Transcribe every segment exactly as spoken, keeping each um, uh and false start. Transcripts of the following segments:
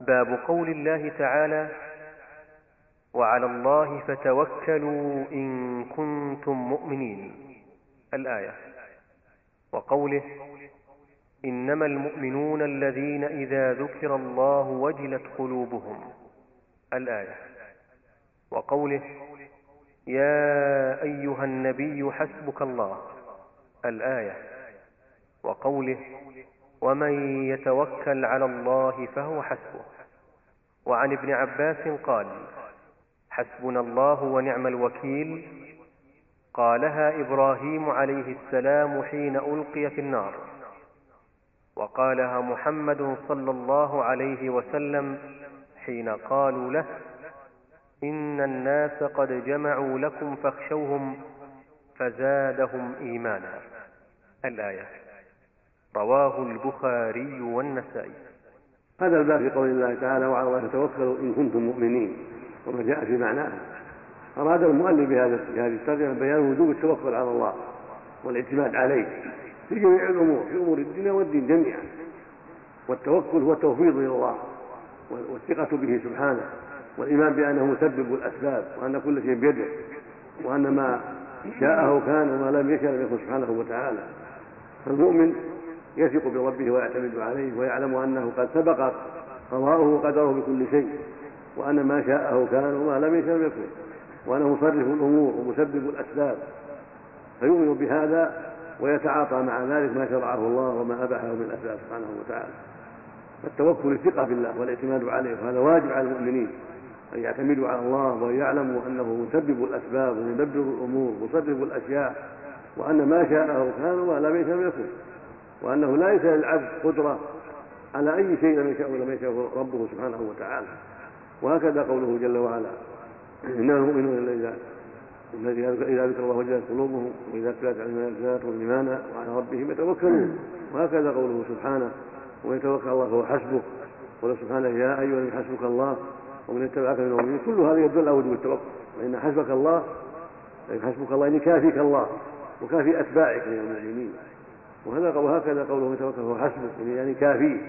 باب قول الله تعالى: وعلى الله فتوكلوا إن كنتم مؤمنين، الآية. وقوله: إنما المؤمنون الذين إذا ذكر الله وجلت قلوبهم، الآية. وقوله: يا أيها النبي حسبك الله، الآية. وقوله: ومن يتوكل على الله فهو حسبه. وعن ابن عباس قال: حسبنا الله ونعم الوكيل، قالها إبراهيم عليه السلام حين ألقي في النار، وقالها محمد صلى الله عليه وسلم حين قالوا له: إن الناس قد جمعوا لكم فاخشوهم فزادهم إيمانا، الآية. رواه البخاري والنسائي. هذا الباب في قول الله تعالى: وعلى الله فتوكلوا إن كنتم مؤمنين، وما جاء في معناه. أراد المؤلف بهذه الترجمة بيان وجوب التوكل على الله والاعتماد عليه في جميع الأمور، في أمور الدنيا والدين جميعا. والتوكل هو التوفيض إلى الله والثقة به سبحانه، والإيمان بأنه مسبب الأسباب، وأن كل شيء بيده، وأن ما شاءه كان وما لم يشأ لم يكن سبحانه وتعالى. فالمؤمن يثق بربه ويعتمد عليه، ويعلم أنه قد سبق قضاؤه وقدره بكل شيء، وأن ما شاءه كان وما لم يشأ لم يكن، وأنه مصرف الأمور ومسبب الأسباب. فيؤمن بهذا ويتعاطى مع ذلك ما شرعه الله وما أباحه من الأسباب سبحانه وتعالى. فالتوكل الثقة بالله والاعتماد عليه، وهذا واجب على المؤمنين أن يعتمدوا على الله ويعلموا أنه مسبب الأسباب ومدبر الأمور ومصرف الأشياء، وأن ما شاءه كان وما لم يشأ لم يكن، وأنه لا يسأل العبد قدرة على أي شيء لم يشاء ولم يشاء ربه سبحانه وتعالى. وهكذا قوله جل وعلا: إنما المؤمنون الذين إذا ذكر الله وجلت قلوبهم وإذا تليت عليهم زادتهم إيمانا وعلى ربهم يتوكلون. وهكذا قوله سبحانه: ومن يتوكل الله فهو حسبه. قال سبحانه: يا أيها الذين حسبك الله ومن اتبعك من المؤمنين. كل هذا يدل على وجوب التوكل، وإن حسبك الله حسبك الله يعني كافيك الله وكافي أتباعك من المؤمنين. وهكذا قوله: يتوكل فهو حسبه يعني كافي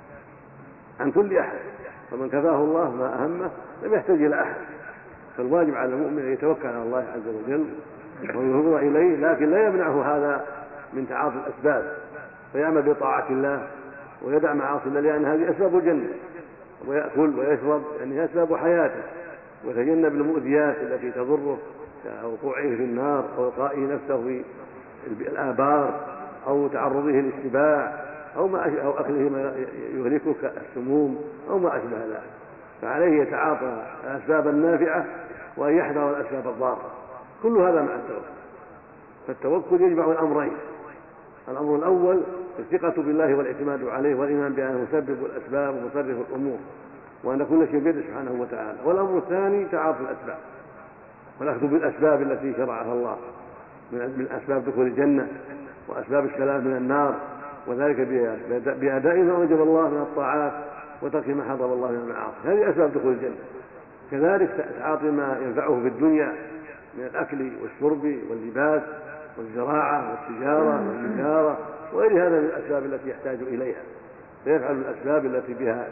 عن كل أحد، فمن كفاه الله ما أهمه لم يحتاج إلى أحد. فالواجب على المؤمن أن يتوكل على الله عز وجل ويفوض إليه، لكن لا يمنعه هذا من تعاطي الأسباب، فيعمل بطاعة الله ويدع معاصي الله، لأن هذه أسباب الجنة، ويأكل ويشرب يعني أسباب حياته، ويتجنب المؤذيات التي تضره كوقوعه في النار أو إلقائه نفسه في الآبار أو تعرضه للسباع أو, ما أو أكله ما يهلكه كالسموم أو ما أشبه ذلك. فعليه يتعاطى الأسباب النافعة وأن يحذر الأسباب الضارة. كل هذا مع التوكل. فالتوكل يجمع الأمرين: الأمر الأول الثقة بالله والاعتماد عليه والإيمان بأنه مسبب الأسباب ومصرف الأمور، وأن كل شيء بيده سبحانه وتعالى. والأمر الثاني تعاطي الأسباب والأخذ بالأسباب التي شرعها الله من أسباب دخول الجنة وأسباب السلام من النار، وذلك بأداء ما وجب الله من الطاعات وترك ما حرم الله من المعاصي. هذه أسباب دخول الجنة. كذلك تعاطي ما ينفعه في الدنيا من الأكل والشرب واللباس والزراعة والتجارة والتجارة وغير هذا من الأسباب التي يحتاج إليها، فيفعل الأسباب التي بها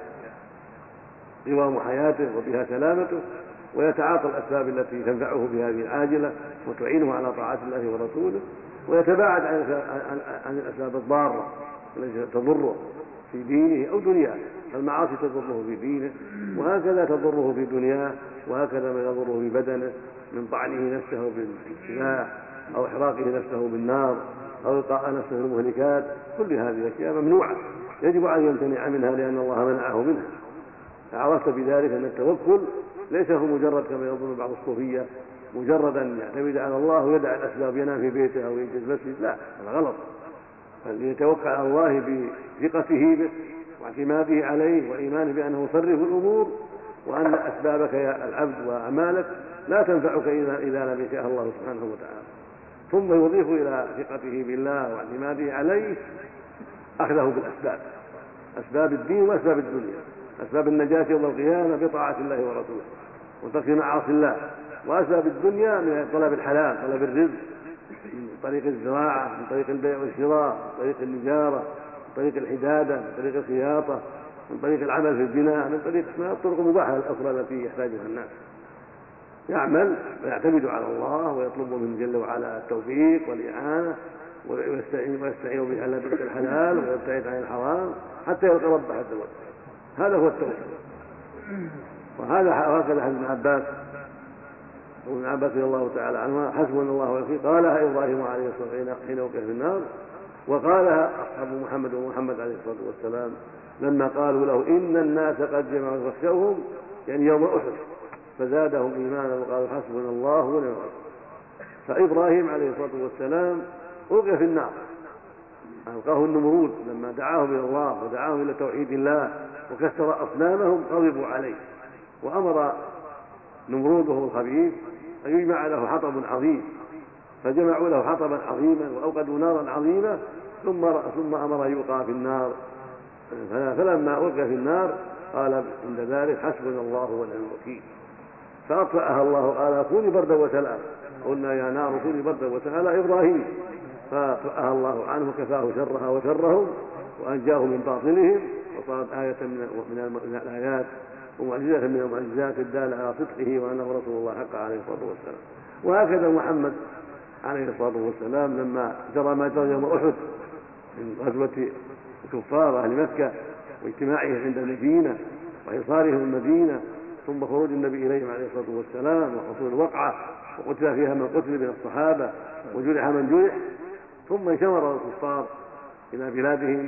قوام حياته وبها سلامته، ويتعاطى الأسباب التي تنفعه في هذه العاجلة وتعينه على طاعة الله ورسوله، ويتباعد عن الأسباب الضارة التي تضره في دينه أو دنياه. المعاصي تضره في دينه، وهكذا تضره في دنياه، وهكذا ما يضره في بدنه من طعنه نفسه بالسلاح أو إحراقه نفسه بالنار أو إلقاء نفسه بالمهلكات. كل هذه الأشياء ممنوعة، يجب أن يمتنع منها لأن الله منعه منها. فعرفت بذلك أن التوكل ليس هو مجرد كما يظن بعض الصوفية مجرد أن يعتمد على الله ويدع الأسباب ينام في بيته أو يجلس مسجد، لا، هذا غلط. فليتوكل على الله بثقته به واعتماده عليه وإيمانه بأنه مصرف الأمور، وأن أسبابك يا العبد وأعمالك لا تنفعك إذا لم يشاء الله سبحانه وتعالى. ثم يضيف إلى ثقته بالله واعتماده عليه أخذه بالأسباب، أسباب الدين وأسباب الدنيا، أسباب النجاة يوم القيامة بطاعة الله ورسوله وترك معاصي الله، وأسباب الدنيا من طلب الحلال، طلب الرزق من طريق الزراعة، من طريق البيع والشراء، من طريق النجارة، من طريق الحدادة، من طريق الخياطة، من طريق العمل في البناء، من طريق ما الطرق المباحة الأخرى التي يحتاجها الناس. يعمل ويعتمد على الله ويطلب منه جل وعلا التوفيق والإعانة، ويستعين ويستعين به على بذل الحلال ويبتعد عن الحرام حتى يلقى ربه عز وجل. هذا هو التوكل. وهذا هكذا حديث ابن عباس وابن عباس رضي الله تعالى عنهما: حسبنا الله ونعم، قالها ابراهيم عليه الصلاه والسلام حين وقع في النار، وقالها اصحاب محمد ومحمد عليه الصلاه والسلام لما قالوا له ان الناس قد جمعوا فاخشوهم، يعني يوم احد، فزادهم ايمانا وقالوا حسبنا الله ونعم الوكيل. فابراهيم عليه الصلاه والسلام ألقي في النار، ألقاه النمرود لما دعاهم إلى الله ودعاهم إلى توحيد الله وكسر أصنامهم، غضبوا عليه، وأمر نمرود وهو الخبيث أن يجمع له حطب عظيم، فجمعوا له حطبا عظيما وأوقدوا نارا عظيمة، ثم ثم أمر يلقى في النار. فلما ألقي في النار قال عند ذلك حسبنا الله ونعم الوكيل، فأطفأها الله، قال كوني بردا وسلام، قلنا يا نار كوني بردا وسلام على إبراهيم، فأطفأها الله عنه وكفاه شرها وشرهم وأنجاه من باطلهم، وصارت آية من الآيات ومعجزة من المعجزات الدالة على صدقه وأنه رسول الله حق عليه الصلاة والسلام. وهكذا محمد عليه الصلاة والسلام لما جرى ما جرى يوم أحد من غزوة الكفار أهل مكة واجتماعهم عند المدينة وحصارهم المدينة، ثم خروج النبي إليهم عليه الصلاة والسلام وحصول الوقعة وقتل فيها من قتل من الصحابة وجرح من جرح، ثم انشمر الكفار إلى بلادهم.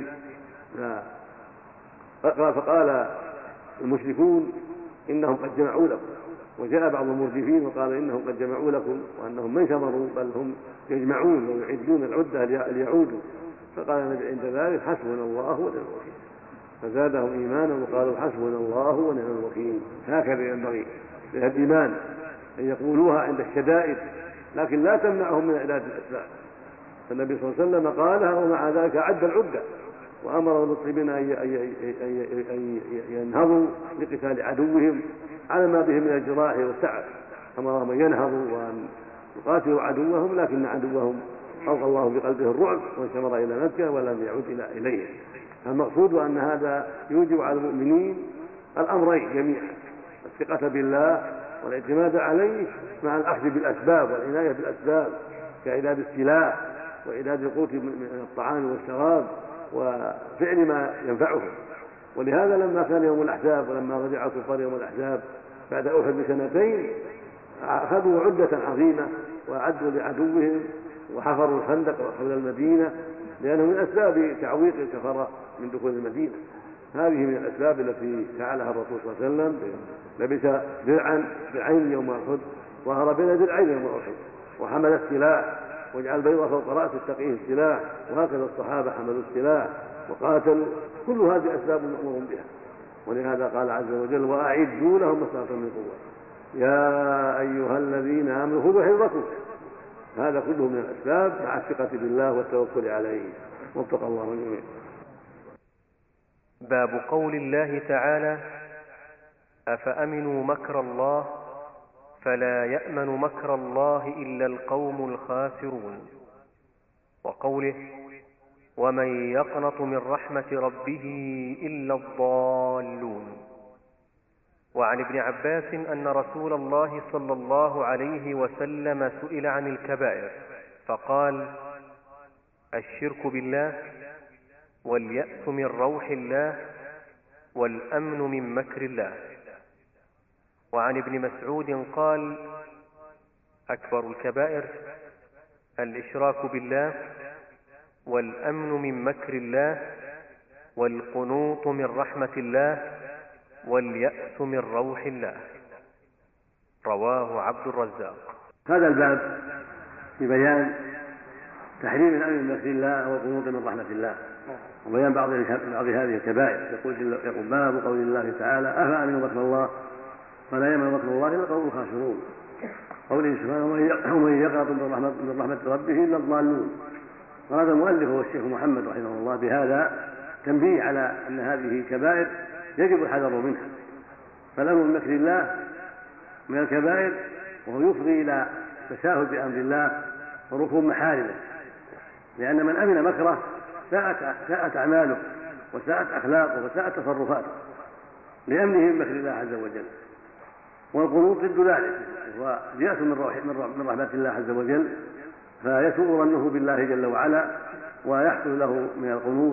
فقال المشركون إنهم قد جمعوا لكم، وجاء بعض المرجفين وقال إنهم قد جمعوا لكم وأنهم ما انشمروا بل هم يجمعون ويعدون العدة ليعودوا. فقال النبي عند ذلك حسبنا الله ونعم الوكيل، فزادهم إيمانا وقالوا حسبنا الله ونعم الوكيل. هكذا ينبغي للإيمان أن يقولوها عند الشدائد، لكن لا تمنعهم من إعداد الأسباب. فالنبي صلى الله عليه وسلم قالها ومع ذلك أعد العدة، وأمر المسلمين أن ينهضوا لقتال عدوهم على ما بهم من الجراح والتعب، أمرهم أن ينهضوا وأن يقاتلوا عدوهم، لكن عدوهم ألقى الله بقلبه الرعب وانشمر إلى مكة ولم يعد إليه. المقصود أن هذا يوجب على المؤمنين الأمرين جميعا: الثقة بالله والاعتماد عليه مع الأخذ بالأسباب والعناية بالأسباب كإعداد السلاح وإعداد القوت من الطعام والشراب وفعل ما ينفعهم. ولهذا لما كان يوم الأحزاب ولما رجع الكفار يوم الأحزاب بعد أحد بسنتين أخذوا عدة عظيمة وأعدوا لعدوهم وحفروا الخندق حول المدينة، لأنه من أسباب تعويق الكفرة من دخول المدينة. هذه من الأسباب التي فعلها الرسول صلى الله عليه وسلم، لبس درعا درعين يوم أحد، ظهر بين درعين يوم أحد، وحمل السلاح وجعل بيضة فوق رأس التقيه السلاح، وهكذا الصحابة حملوا السلاح وقاتلوا. كل هذه أسباب مأمور بها، ولهذا قال عز وجل وأعدوا لهم ما استطعتم من قوة يا أيها الذين آمنوا خذوا حذركم. هذا كله من الأسباب مع الثقة بالله والتوكل عليه، وفق الله الجميع. باب قول الله تعالى أفأمنوا مكر الله فلا يأمن مكر الله إلا القوم الخاسرون، وقوله ومن يقنط من رحمة ربه إلا الضالون. وعن ابن عباس أن رسول الله صلى الله عليه وسلم سئل عن الكبائر فقال الشرك بالله واليأس من روح الله والأمن من مكر الله. وعن ابن مسعود قال أكبر الكبائر الإشراك بالله والأمن من مكر الله والقنوط من رحمة الله واليأس من روح الله. رواه عبد الرزاق. هذا الباب في بيان تحريم الأمن من مكر الله والقنوط من رحمة الله، وبيان بعض بعض هذه الكبائر. يقول يقول باب قول الله تعالى أفأمنوا مكر الله فلا يأمن مكر الله إلا القوم الخاسرون. قوله سبحانه ومن يقنط من رحمة ربه إلا الضالون. وهذا المؤلف هو الشيخ محمد رحمه الله بهذا تنبيه على أن هذه كبائر يجب الحذر منها. فالأمر من مكر الله من الكبائر، وهو يفضي إلى تساهل بأمر الله وركوب محارمه، لأن من أمن مكره ساءت أعماله وساءت أخلاقه وساءت تصرفاته لأمنه من مكر الله عز وجل. والقنوط ضد ذلك هو يأس من من رحمة الله عز وجل، فيسوء ظنه بالله جل وعلا ويحصل له من القنوط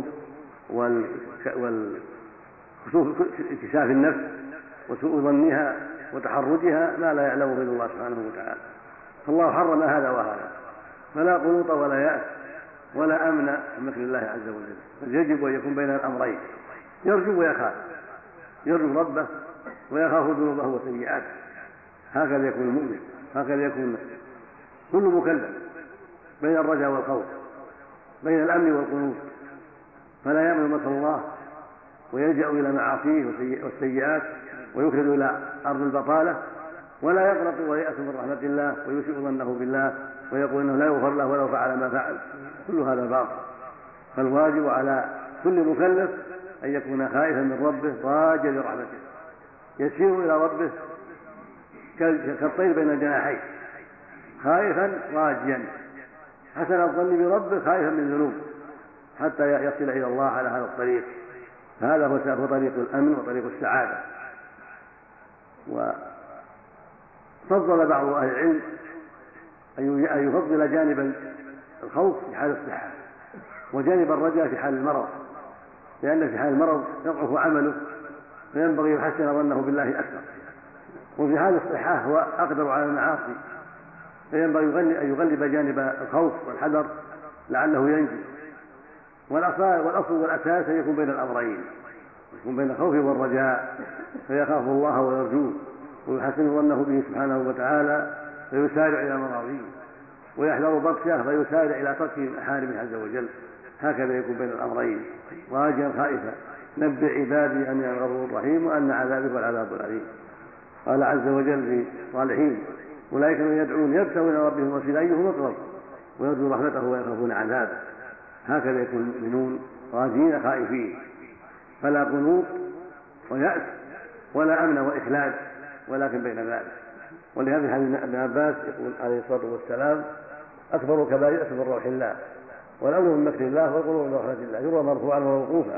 وانكشاف النفس وسوء ظنها وتحرجها ما لا يعلمه الا الله سبحانه وتعالى. فالله حرم هذا وهذا، فلا قنوط ولا يأس ولا أمن من مكر الله عز وجل، بل يجب أن يكون بين الأمرين، يرجو ويخاف، يرجو ربه ويخاف ذنوبه وسيئاته. هكذا يكون المؤمن، هكذا يكون كل مكلف، بين الرجاء والخوف، بين الأمن والقنوط، فلا يأمن مكر الله ويلجأ إلى معاصيه والسيئات ويخرج إلى أرض البطالة، ولا يقنط ويأس من رحمة الله ويسيء ظنه بالله ويقول انه لا يغفر له ولو فعل ما فعل، كل هذا باطل. فالواجب على كل مكلف ان يكون خائفا من ربه راجا لرحمته، يسير الى ربه كالطير بين الجناحين، خائفا راجيا، حسن الظن بربه، خائفا من ذنوب حتى يصل الى الله على هذا الطريق. هذا هو طريق الامن وطريق السعاده. وفضل بعض اهل العلم أن يفضل جانب الخوف في حال الصحة وجانب الرجاء في حال المرض، لأن في حال المرض يضعف عمله فينبغي يحسن ظنه بالله أكثر، وفي حال الصحة هو أقدر على المعاصي فينبغي أن يغلب جانب الخوف والحذر لعله ينجو. والأصل والأساس أن يكون بين الأمرين، يكون بين الخوف والرجاء، فيخاف الله ويرجوه ويحسن ظنه به سبحانه وتعالى فيسارع إلى مراضيه، ويحذر بطشه فيسارع إلى ترك محارمه عز وجل. هكذا يكون بين الأمرين راجيا خائفا. نبئ عبادي أني أنا الغفور الرحيم وأن عذابي هو العذاب الأليم. قال عز وجل في الصالحين أولئك من يدعون يبتغون إلى ربهم وسيلة أيهم أقرب ويرجون رحمته ويخافون عذابه. هكذا يكون المؤمنون راجين خائفين، فلا قنوط ويأس ولا أمن وإخلاد، ولكن بين ذلك. ولهذا حديث ابن عباس يقول عليه الصلاة والسلام أكبر الكبائر أسف من روح الله والأمن من مكر الله والقنوط من رحمة الله، يروى مرفوعا وموقوفا.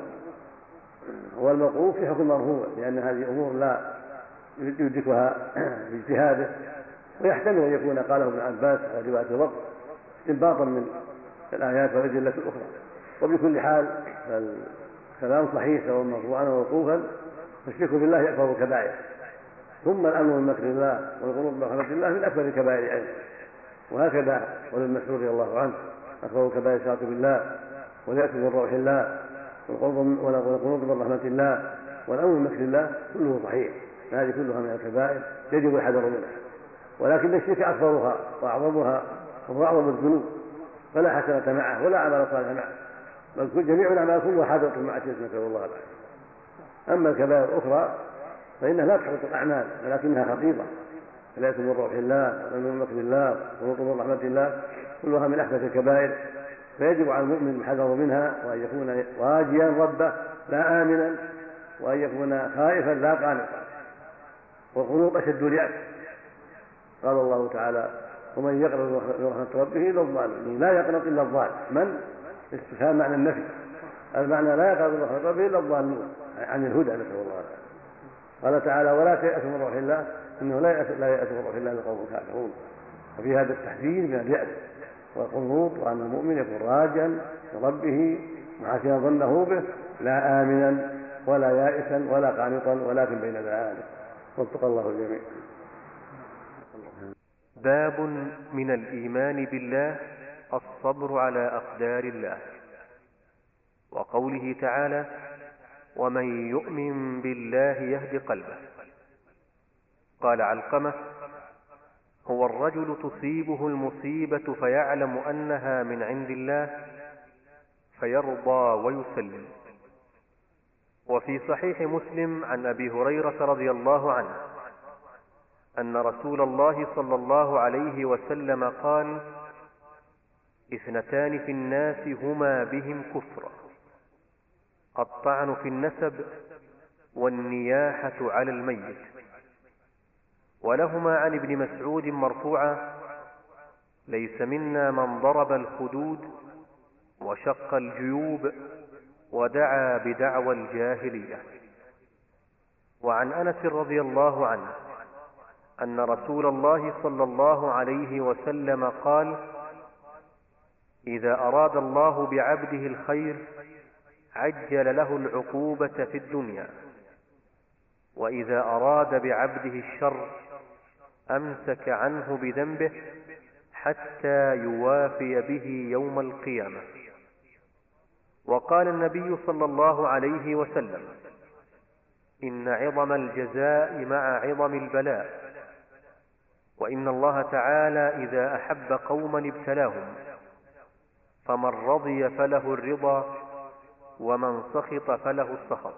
والموقوف في حكم مرفوع لأن هذه أمور لا يدركها باجتهاده، ويحتمل أن يكون قاله ابن عباس على رواية الوقت استنباطا من الآيات والأدلة الأخرى. وبكل حال الكلام صحيح سواء مرفوعا وموقوفا، فالشرك بالله أكبر الكبائر، ثم الأمن من مكر الله والقنوط من رحمة الله من أكبر الكبائر أيضا. وهكذا قول ابن مسعود رضي الله عنه أكبر الكبائر الشرك بالله واليأس من روح الله والقنوط من رحمة الله والأمن من مكر الله كله صحيح. هذه كلها من الكبائر يجب الحذر منها، ولكن الشرك أكبرها وأعظمها وهو أعظم الذنوب، فلا حسنة معه ولا عمل صالح معه، بل جميع الأعمال كلها حاضرة مع الشرك نسأل الله العافية. أما الكبائر الأخرى فإنها لا تحبط الأعمال ولكنها خطيرة، اليأس من روح الله والأمن من مكر الله والقنوط من رحمة الله كلها من أحدث الكبائر، فيجب على المؤمن الحذر منها وأن يكون راجيا ربه لا آمنا، وأن يكون خائفا لا قانطا. والقنوط أشد اليأس، قال الله تعالى ومن يقنط من رحمة ربه إلا الظالم، لا يقنط إلا الظالم. من استفهام معنى النفي، المعنى لا يقنط من رحمة ربه إلا الظالمون عن الهدى نسأل الله العافية. قال تعالى ولا تيأس من روح الله إنه لا يأس لا يأس من روح الله القوم الكافرون. وفي هذا التحذير من اليأس والقنوط، وأن المؤمن يكون راجا لربه محسنا ظنه به لا آمنا ولا يائسا ولا قانطا، ولكن بين ذلك. وفق الله الجميع. باب من الإيمان بالله الصبر على أقدار الله. وقوله تعالى ومن يؤمن بالله يهد قلبه. قال علقمة هو الرجل تصيبه المصيبة فيعلم أنها من عند الله فيرضى ويسلم. وفي صحيح مسلم عن أبي هريرة رضي الله عنه أن رسول الله صلى الله عليه وسلم قال اثنتان في الناس هما بهم كفر الطعن في النسب والنياحة على الميت. ولهما عن ابن مسعود مرفوعا ليس منا من ضرب الخدود وشق الجيوب ودعا بدعوى الجاهلية. وعن أنس رضي الله عنه أن رسول الله صلى الله عليه وسلم قال: إذا أراد الله بعبده الخير عجل له العقوبة في الدنيا، وإذا أراد بعبده الشر أمسك عنه بذنبه حتى يوافي به يوم القيامة. وقال النبي صلى الله عليه وسلم: إن عظم الجزاء مع عظم البلاء، وإن الله تعالى إذا أحب قوما ابتلاهم، فمن رضي فله الرضا ومن سخط فله السخط.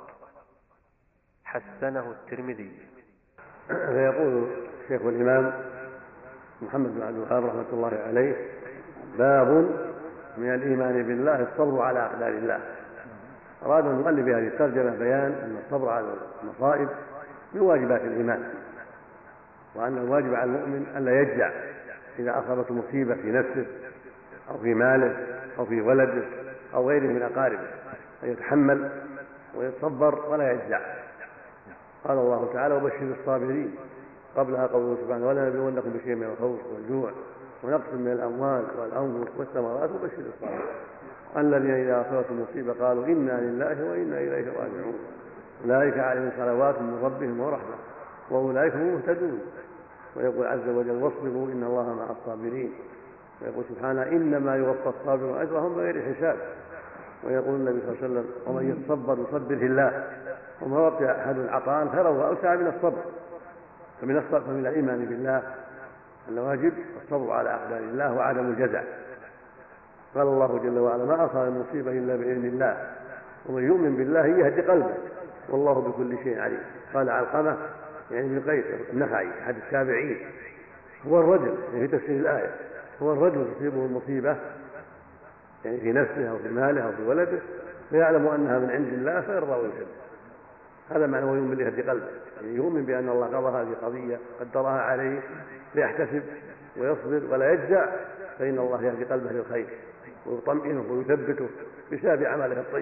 حسنه الترمذي. فيقول شيخ الإمام محمد بن عبد الوهاب رحمة الله عليه: باب من الإيمان بالله الصبر على أقدار الله. أراد المؤلف بهذه الترجمة بيان أن الصبر على المصائب من واجبات الإيمان، وأن الواجب على المؤمن ألا يجزع إذا أصابته مصيبة في نفسه أو في ماله أو في ولده أو غيره من أقاربه، أن يتحمل ويتصبر ولا يجزع. قال الله تعالى: وبشر الصابرين. قبلها قوله سبحانه: ولنبلونكم بشيء من الخوف والجوع ونقص من الأموال والأنفس والثمرات وبشر الصابرين الذين إذا أصابتهم مصيبة قالوا إنا لله وإنا إليه راجعون أولئك عليهم صلوات من ربهم ورحمة وأولئك هم المهتدون. ويقول عز وجل: واصبروا إن الله مع الصابرين. ويقول سبحانه: إنما يوفى الصابرون أجرهم بغير حساب. ويقول النبي صلى الله عليه وسلم: ومن يتصبر يصبر في الله. وما وقع أحد عطاء خيرا وأوسع من الصبر. فمن الصبر فمن الإيمان بالله أن واجب الصبر على أقدار الله وعدم الجزع. قال الله جل وعلا: ما أصاب المصيبة إلا بإذن الله ومن يؤمن بالله يهدي قلبه والله بكل شيء عليم. قال علقمة يعني ابن قيس النخعي أحد التابعين: هو الرجل يعني في تفسير الآية هو الرجل تصيبه المصيبة يعني في نفسه أو في ماله أو في ولده فيعلم أنها من عند الله فيرضى ويسلم. هذا معنى ويؤمن بالله يهدي قلبه، يعني يؤمن بأن الله قضى هذه قضية قدرها عليه فيحتسب ويصبر ولا يجزع، فإن الله يهدي قلبه للخير ويطمئنه ويثبته بسبب عمله الطيب.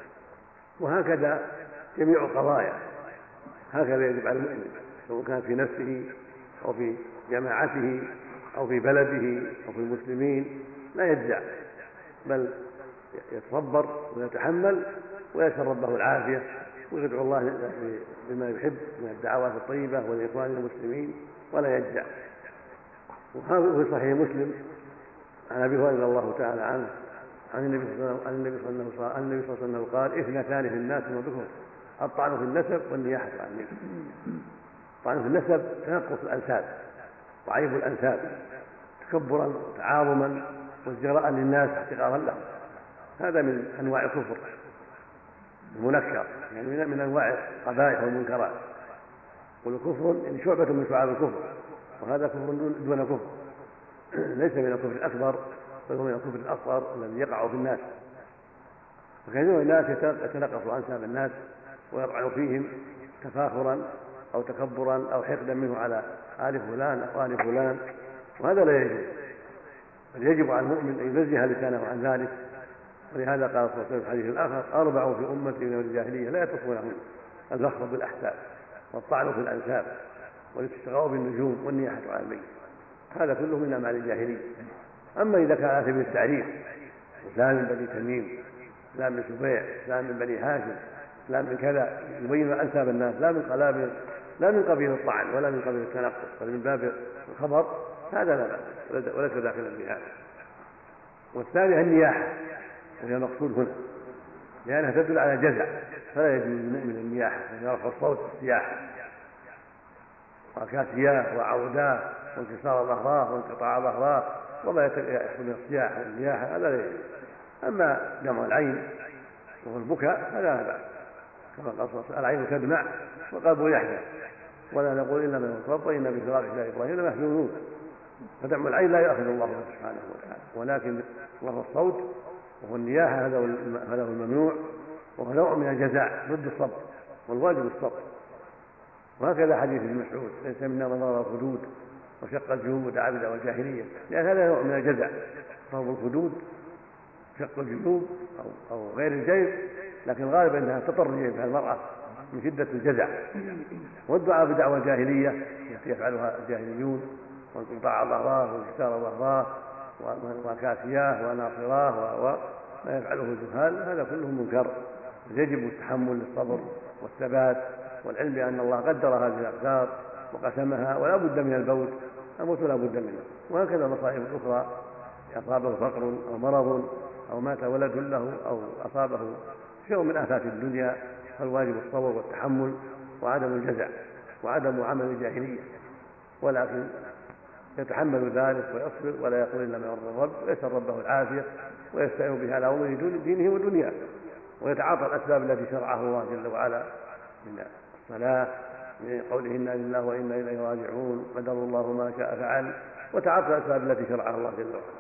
وهكذا جميع القضايا هكذا يجب على المؤمن، سواء كان في نفسه أو في جماعته أو في بلده أو في المسلمين، لا يجزع بل يتصبر ويتحمل ويسأل ربه العافية ويدعو الله بما يحب من الدعوات الطيبة والإخوان المسلمين ولا يجزع. وهذا في صحيح مسلم عن أبي هريرة رضي الله تعالى عنه عن النبي صلى الله عليه وسلم قال: اثنتان في الناس وذكر الطعن في النسب والنياحة عن النبي. الطعن في النسب تنقص الأنساب وعيب الأنساب تكبرا وتعاظما وازدراء للناس احتقارا لهم، هذا من أنواع الكفر المنكر، يعني من أنواع القبائح والمنكرات. والكفر يعني شعبة من شعاب الكفر، وهذا كفر دون كفر، ليس من الكفر الأكبر بل هو من الكفر الأصغر الذي يقع في الناس. فكثير من الناس يتنقص أنساب الناس ويطعن فيهم تفاخرا أو تكبرا أو حقدا منه على آل فلان أو آل فلان، وهذا لا يجوز، بل يجب على المؤمن أن ينزه لسانه عن ذلك. ولهذا قال صلى الله عليه وسلم في الحديث الآخر: أربع في أمتي من الجاهلية لا يتصونهم: الفخر بالأحساب والطعن في الأنساب والاستشغاء بالنجوم والنياحة على الميت. هذا كله من أعمال الجاهلية. أما إذا كان على سبيل التعريف: فلان من بني تميم، فلان من سبيع، فلان من بني هاشم، فلان من كذا، يبين أنساب الناس لا من قلابل لا من قبيل الطعن ولا من قبيل التنقص بل من باب الخبر، هذا لا بأس وليس داخلا في هذا. والثانية النياحة وهي المقصود هنا لأنها تدل على جزع، فلا يجوز للمؤمن النياحة يعني رفع الصوت بالسياحة وكاسياه وعوداه وانكسار ظهراه وانقطاع ظهراه وما يحصل من الصياح والنياحة، هذا لا يجوز. أما دمع العين وهو البكاء هذا لا بأس، كما قال صلى الله عليه وسلم: العين تدمع والقلب يحزن ولا نقول إلا من الصبر إن بفراق الله إبراهيم لمحزونون. فدمع العين لا يأخذ الله سبحانه وتعالى، ولكن رفع الصوت وهو النياحة هذا هو الممنوع، وهو نوع من الجزاء ضد الصبر، والواجب الصبر. وهكذا حديث ابن مسعود: ليس منا من ضرب الخدود وشق الجيوب ودعا بدعوى الجاهلية، لأن هذا نوع من الجزاء. ضرب الخدود شق الجيوب أو, أو غير الجيب لكن الغالب أنها تضطر بها المرأة من شدة الجزع. والدعاء بدعوى الجاهلية التي يفعلها الجاهليون، وانقطاع ظهراه وانكسار ظهراه وكاسياه وناصراه وما يفعله الجهال، هذا كله منكر. يجب التحمل للصبر والثبات والعلم بأن الله قدر هذه الأقدار وقسمها، ولا بد من الموت، الموت لا بد منه. وهكذا المصائب الأخرى، أصابه فقر أو مرض أو مات ولد له أو أصابه شيء من آفات الدنيا، فالواجب الصبر والتحمل وعدم الجزع وعدم عمل الجاهلية، ولكن يتحمل ذلك ويصبر ولا يقول إلا ما يرضي الرب، ويسأل ربه العافية ويستعين بها على أمور دينه ودنياه، ويتعاطى الأسباب التي شرعها الله جل وعلا من الصلاة، من قوله إنا لله وإنا إليه راجعون، قدر الله ما شاء فعل، وتعاطى الأسباب التي شرعها الله جل وعلا.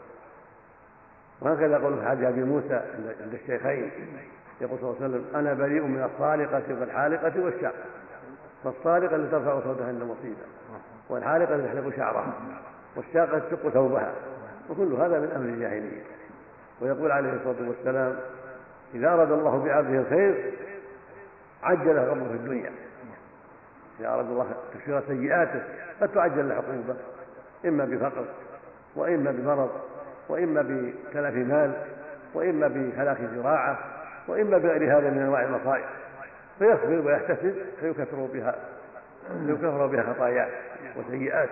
وهكذا قول في حديث أبي موسى عند الشيخين يقول صلى الله عليه وسلم: أنا بريء من الصالقة والحالقة والشاقة. فالصالقة التي ترفع صوتها عند مصيبة، والحالقة التي تحلق شعرها، والشاقة تشق ثوبها، وكل هذا من أمر الجاهلية. ويقول عليه الصلاة والسلام: إذا أراد الله بعبده الخير عجل عقوبته في الدنيا. إذا أراد الله تكفير سيئاته قد تعجل العقوبة، إما بفقر وإما بمرض وإما بتلف مال وإما بهلاك زراعة وإما بغير هذا من أنواع المصائب، فيصبر ويحتسب فيكفر بها فيكفر بها خطاياه وسيئات.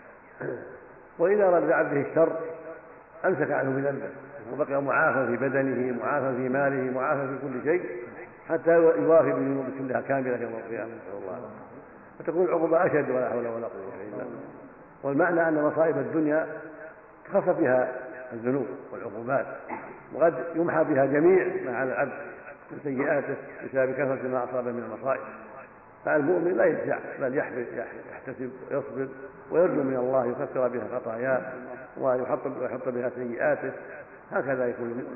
وإذا أراد بعبده الشر أمسك عنه بذنبه وبقي معافى في بدنه، معافى في ماله، معافى في كل شيء، حتى يوافي بالذنوب كلها كاملة يوم القيامة، نسأل الله العافية. فتكون العقوبة أشد ولا حول ولا قوة إلا بالله. والمعنى أن مصائب الدنيا تخفف بها الذنوب والعقوبات، وقد يمحى بها جميع ما على العبد من سيئاته بسبب كثرة ما أصاب من المصائب. فالمؤمن لا يجزع بل يحتسب ويصبر ويرجو من الله يكفر بها خطاياه ويحط بها سيئاته، هكذا يكون المؤمن.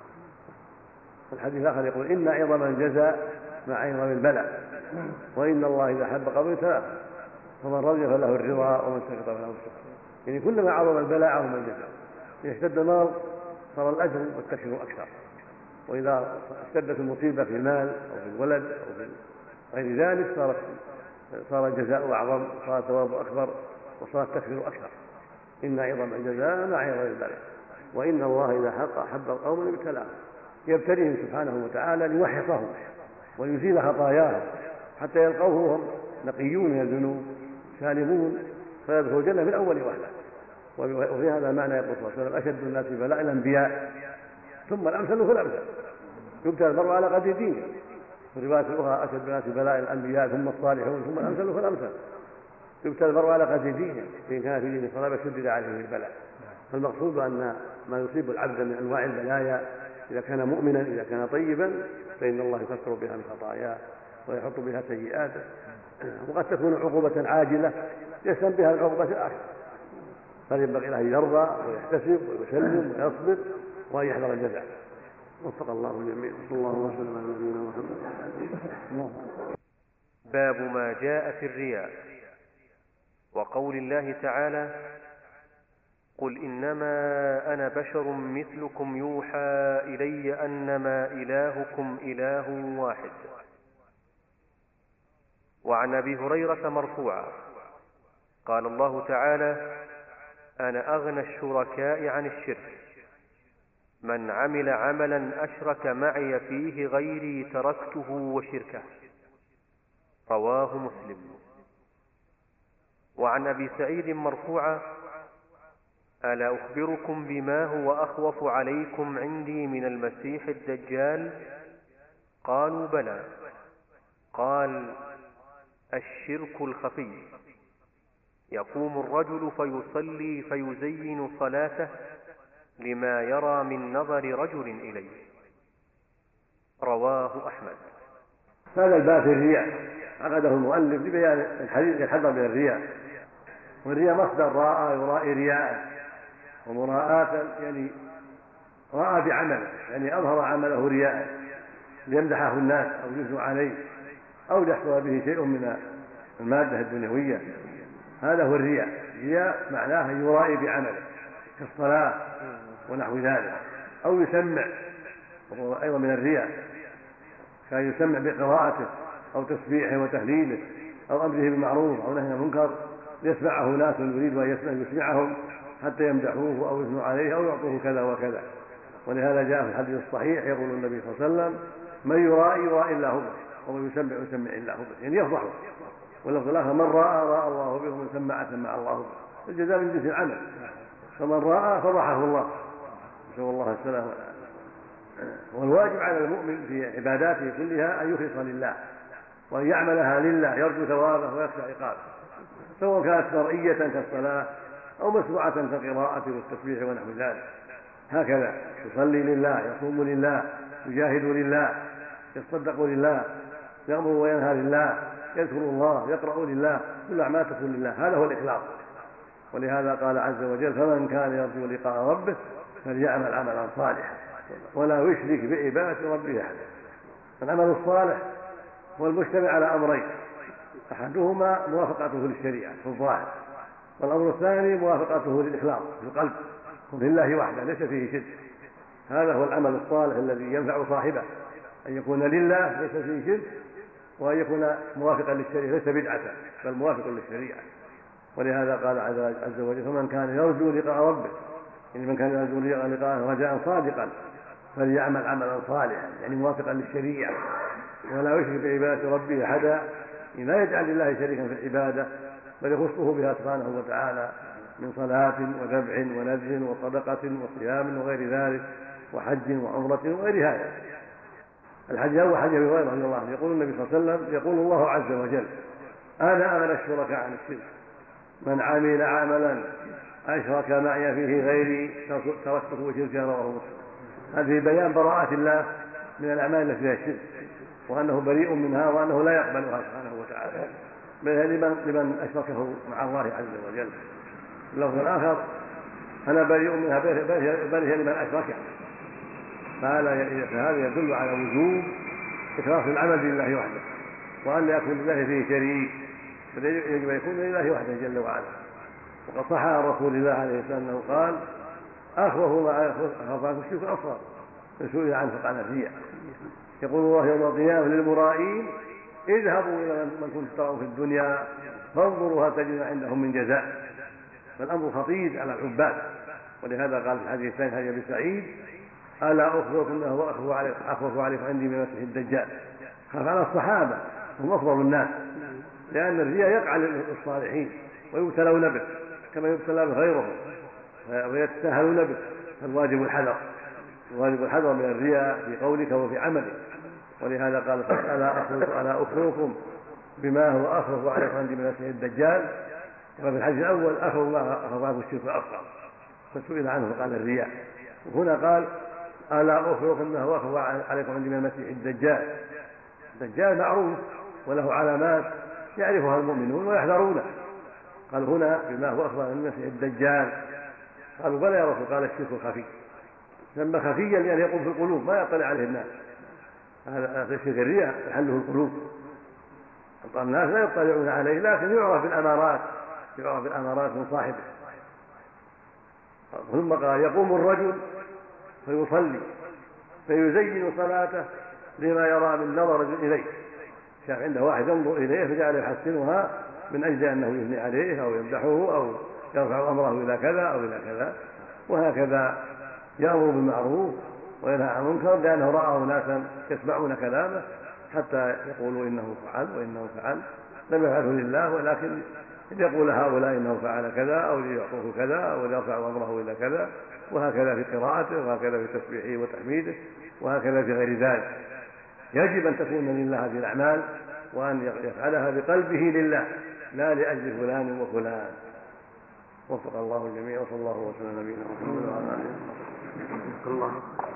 الحديث الآخر يقول: إن عظم الجزاء مع عظم البلاء، وإن الله إذا أحب قوم ثلاثة، فمن رضي فله الرضا ومن سكت فله السخط. يعني كلما عظم البلاء عظم الجزاء. إذا اشتد المرض صار الأجر والتكفير أكثر، وإذا اشتدت المصيبة في المال أو في الولد أو في غير ذلك صار صار الجزاء أعظم، صار الثواب أكبر، وصار التكفير أكثر. إن عظم الجزاء مع عظم البلاء، وإن الله إذا حق أحب قوما ابتلاهم، يبتليهم سبحانه وتعالى ليمحصهم ويزيل خطاياهم حتى يلقوه وهم نقيون من الذنوب سالمون، فيدخل الجنة من أول وهلة. وفي هذا المعنى يقول صلى الله عليه وسلم: أشد الناس بلاء الأنبياء ثم الأمثل فالأمثل. يبتلى المرء على قدر دينه. في الرواية الأخرى: أشد الناس بلاء الأنبياء ثم الصالحون ثم الأمثل فالأمثل. يبتلى المرء على قدر دينه، فإن كان في دينه صلابة شدد عليه البلاء. فالمقصود أن ما يصيب العبد من أنواع البلايا إذا كان مؤمنا إذا كان طيبا فإن الله يكفر بها من خطاياه ويحط بها سيئاته. وقد تكون عقوبة عاجلة يسلم بها العقوبة الآخرة، فينبغي له أن يرضى ويحتسب ويسلم ويصبر وأن يحذر الجزع. وفق الله الجميع. صلى الله وسلم على نبينا محمد. باب ما جاء في الرياء، وقول الله تعالى: قل إنما أنا بشر مثلكم يوحى إلي أنما إلهكم إله واحد. وعن أبي هريرة مرفوعا قال الله تعالى: أنا أغنى الشركاء عن الشرك، من عمل عملا أشرك معي فيه غيري تركته وشركه. رواه مسلم. وعن أبي سعيد مرفوعا: ألا أخبركم بما هو أخوف عليكم عندي من المسيح الدجال؟ قالوا: بلى. قال: الشرك الخفي، يقوم الرجل فيصلي فيزين صلاته لما يرى من نظر رجل إليه. رواه أحمد. هذا الباب في الرياء عقده المؤلف لبيان الحديث يحذر من الرياء. والرياء مصدر راء يرائي رياء، ومراءة يعني رأى بعمله، يعني أظهر عمله رياء ليمدحه الناس أو يثنوا عليه أو يحصل به شيء من المادة الدنيوية. هذا هو الرياء. الرياء معناه يرائي بعمله كالصلاة ونحو ذلك، أو يسمع، وهو أيضا من الرياء. كان يسمع بقراءته أو تسبيحه وتهليله أو أمره بالمعروف أو نهي عن المنكر يسمعه ناس يريد أن يسمع يسمعهم حتى يمدحوه أو يثنوا عليه أو يعطوه كذا وكذا. ولهذا جاء في الحديث الصحيح يقول النبي صلى الله عليه وسلم: من يرائي يرائي الله به، ومن يسمع يسمع الله به، يعني يفضحه. واللفظ الآخر: من رأى رأى الله به، ومن سمع سمع الله به. الجزاء من جنس العمل، فمن رأى فضحه الله، نسأل الله السلامة والعافية. والواجب على المؤمن في عباداته كلها أن يخلص لله وأن يعملها لله يرجو ثوابه ويخشى عقابه، سواء كانت مرئية كالصلاة أو مسموعة كالقراءة والتسبيح ونحو ذلك. هكذا يصلي لله، يصوم لله، يجاهد لله، يصدق لله، يأمر وينهى لله، يذكر الله، يقرأ لله، كل أعمال تكون لله. هذا هو الإخلاص. ولهذا قال عز وجل: فمن كان يرجو لقاء ربه فليعمل عملا صالحا ولا يشرك بعبادة ربه أحدا. العمل الصالح هو المجتمع على أمرين: أحدهما موافقته للشريعة في الظاهر، والأمر الثاني موافقته للإخلاص في القلب، لله وحده ليس فيه شرك. هذا هو العمل الصالح الذي ينفع صاحبه، أن يكون لله ليس فيه شرك، وأن يكون موافقا للشريعة ليس بدعة بل موافق للشريعة. ولهذا قال عز وجل: فمن كان يرجو لقاء ربه، يعني من كان يرجو لقاءه رجاء صادقا فليعمل عملا صالحا، يعني موافقا للشريعة، ولا يشرك بعبادة ربه أحدا، لا يجعل لله شريكا في العبادة بل يخصه بها سبحانه وتعالى من صلاة وذبح ونذر وصدقة وصيام وغير ذلك وحج وعمرة وغير هذا. الحج هو حج أبي هريرة رضي الله عنه، يقول النبي صلى الله عليه وسلم: يقول الله عز وجل: أنا أغنى الشركاء عن الشرك، من عمل عملا أشرك معي فيه غيري تركته وشركه. رواه مسلم. هذه بيان براءة الله من الأعمال التي فيها الشرك، وأنه بريء منها وأنه لا يقبلها سبحانه وتعالى لمن لمن أشركه مع الله عز وجل. اللفظ الآخر: أنا بريء منها بريء لمن أشركه. فهذا يدل على وجوب إخلاص العمل لله وحده، وأن لا يكون لله فيه شريك، بل يجب أن يكون لله وحده جل وعلا. وقد صح عن رسول الله عليه الصلاة والسلام أنه قال: أخوف ما أخاف عنه الشرك الأصغر، فسئل عنه فقال: الرياء. يقول الله يوم القيامة للمرائين: اذهبوا إلى من كنتم ترون في الدنيا فانظروا هل تجدون عندهم من جزاء. فالأمر خطير على العباد. ولهذا قال في الحديث الثاني حديث أبي سعيد: ألا أخبركم أنه هو أخوف عليكم عندي من مسيح الدجال. خاف على الصحابة هم أفضل الناس، لأن الرياء يقع للصالحين ويبتلون به كما يبتلى به غيرهم ويتساهلون به. فالواجب الحذر، الواجب الحذر من الرياء في قولك وفي عملك. ولهذا قال: ألا أخبركم بما هو أخوف عليكم عندي من مسيح الدجال. وفي الحديث الأول: أخوف ما أخوف عنه الشرك الأصغر، فسئل عنه فقال: الرياء. وهنا قال: ألا أخبركم ما هو أخوف عليكم عندي من المسيح الدجال. الدجال معروف وله علامات يعرفها المؤمنون ويحذرونه. قال هنا: بما هو أخوف من المسيح الدجال. قالوا: بلى يا رسول. قال: الشرك الخفي. سمى خفيا لأن يقوم في القلوب ما يطلع عليه الناس. هذا الشرك الرياء محله القلوب، الناس لا يطلعون عليه، لكن يعرف بالأمارات، يعرف بالأمارات من صاحبه. ثم قال: يقوم الرجل فيصلي فيزين صلاته لما يرى من نظر إليه. شاف عنده واحد ينظر إليه فجعل يحسنها من أجل أنه يثني عليه أو يمدحه أو يرفع أمره إلى كذا أو إلى كذا. وهكذا يأمر بالمعروف وينهى عن المنكر لأنه رأى ناسا يسمعون كلامه حتى يقولوا إنه فعل وإنه فعل، لم يفعله لله ولكن يقول هؤلاء إنه فعل كذا أو ليعطوه كذا أو ليرفع أمره إلى كذا. وهكذا في قراءته وهكذا في تسبيحه وتحميده وهكذا في غير ذلك. يجب أن تكون لله هذه الأعمال وأن يفعلها بقلبه لله لا لأجل فلان وفلان. وفق الله الجميع وصلى الله وسلم على نبينا محمد وعلى آله وصحبه. الله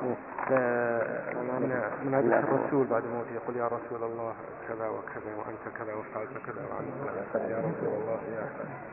من حديث الرسول بعد موته يقول: يا رسول الله كذا وكذا وأنت كذا وفعلت كذا وأنت كذا يا رسول الله يا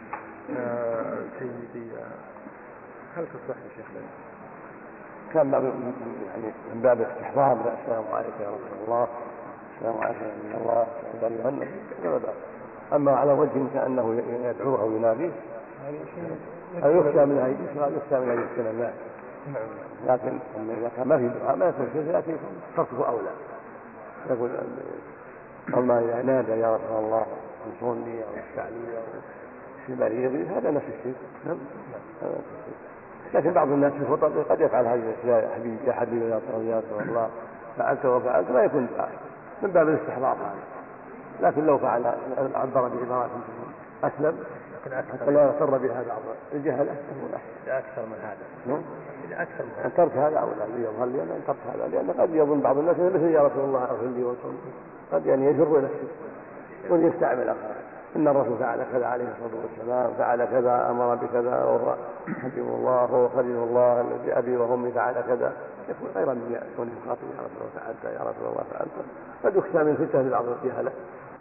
سيدي. هل تصح يا شيخ؟ كان يعني من باب استحضار: السلام عليك يا رسول الله، السلام عليك من الله، السلام عليك من الله. أما على وجه كأنه يدعوه أو يناديه أو يخشى من أن يخشى من أن يفتن الناس. لكن إذا كان ما في دعاء ما يكون شيء، لكن تركه أولى. يقول أما إذا نادى يا رسول الله انصرني أو اشفع لي أو في مريضي هذا نفس الشيء. نعم هذا نفس الشيء. لكن بعض الناس في الخطب قد يفعل هذه الأشياء، يا حبيبي يا حبيبي يا رسول الله فعلت وفعلت، لا يكون دعاء من باب الاستحضار هذا. لكن لو فعل عبر بعبارات أسلم حتى لا يغتر بها بعض الجهلة يكون أحسن. أكثر من هذا. إذا أكثر من أن ترك هذا أو لا يظهر لي أن ترك هذا، لأن قد يظن بعض الناس مثل يا رسول الله أغفر لي وانصرني، قد يعني يجر إلى الشرك ويستعمل آخر. إن الرسول فعل كذا عليه الصلاة والسلام، فعل كذا، أمر بكذا، وهو حبيب الله وهو خليل الله الذي أبي وأمي فعل كذا، يكون خيرا من يكون يخاطب يا رسول الله فعلت يا رسول الله فعلت. قد يخشى من فتنة بعض الجهلة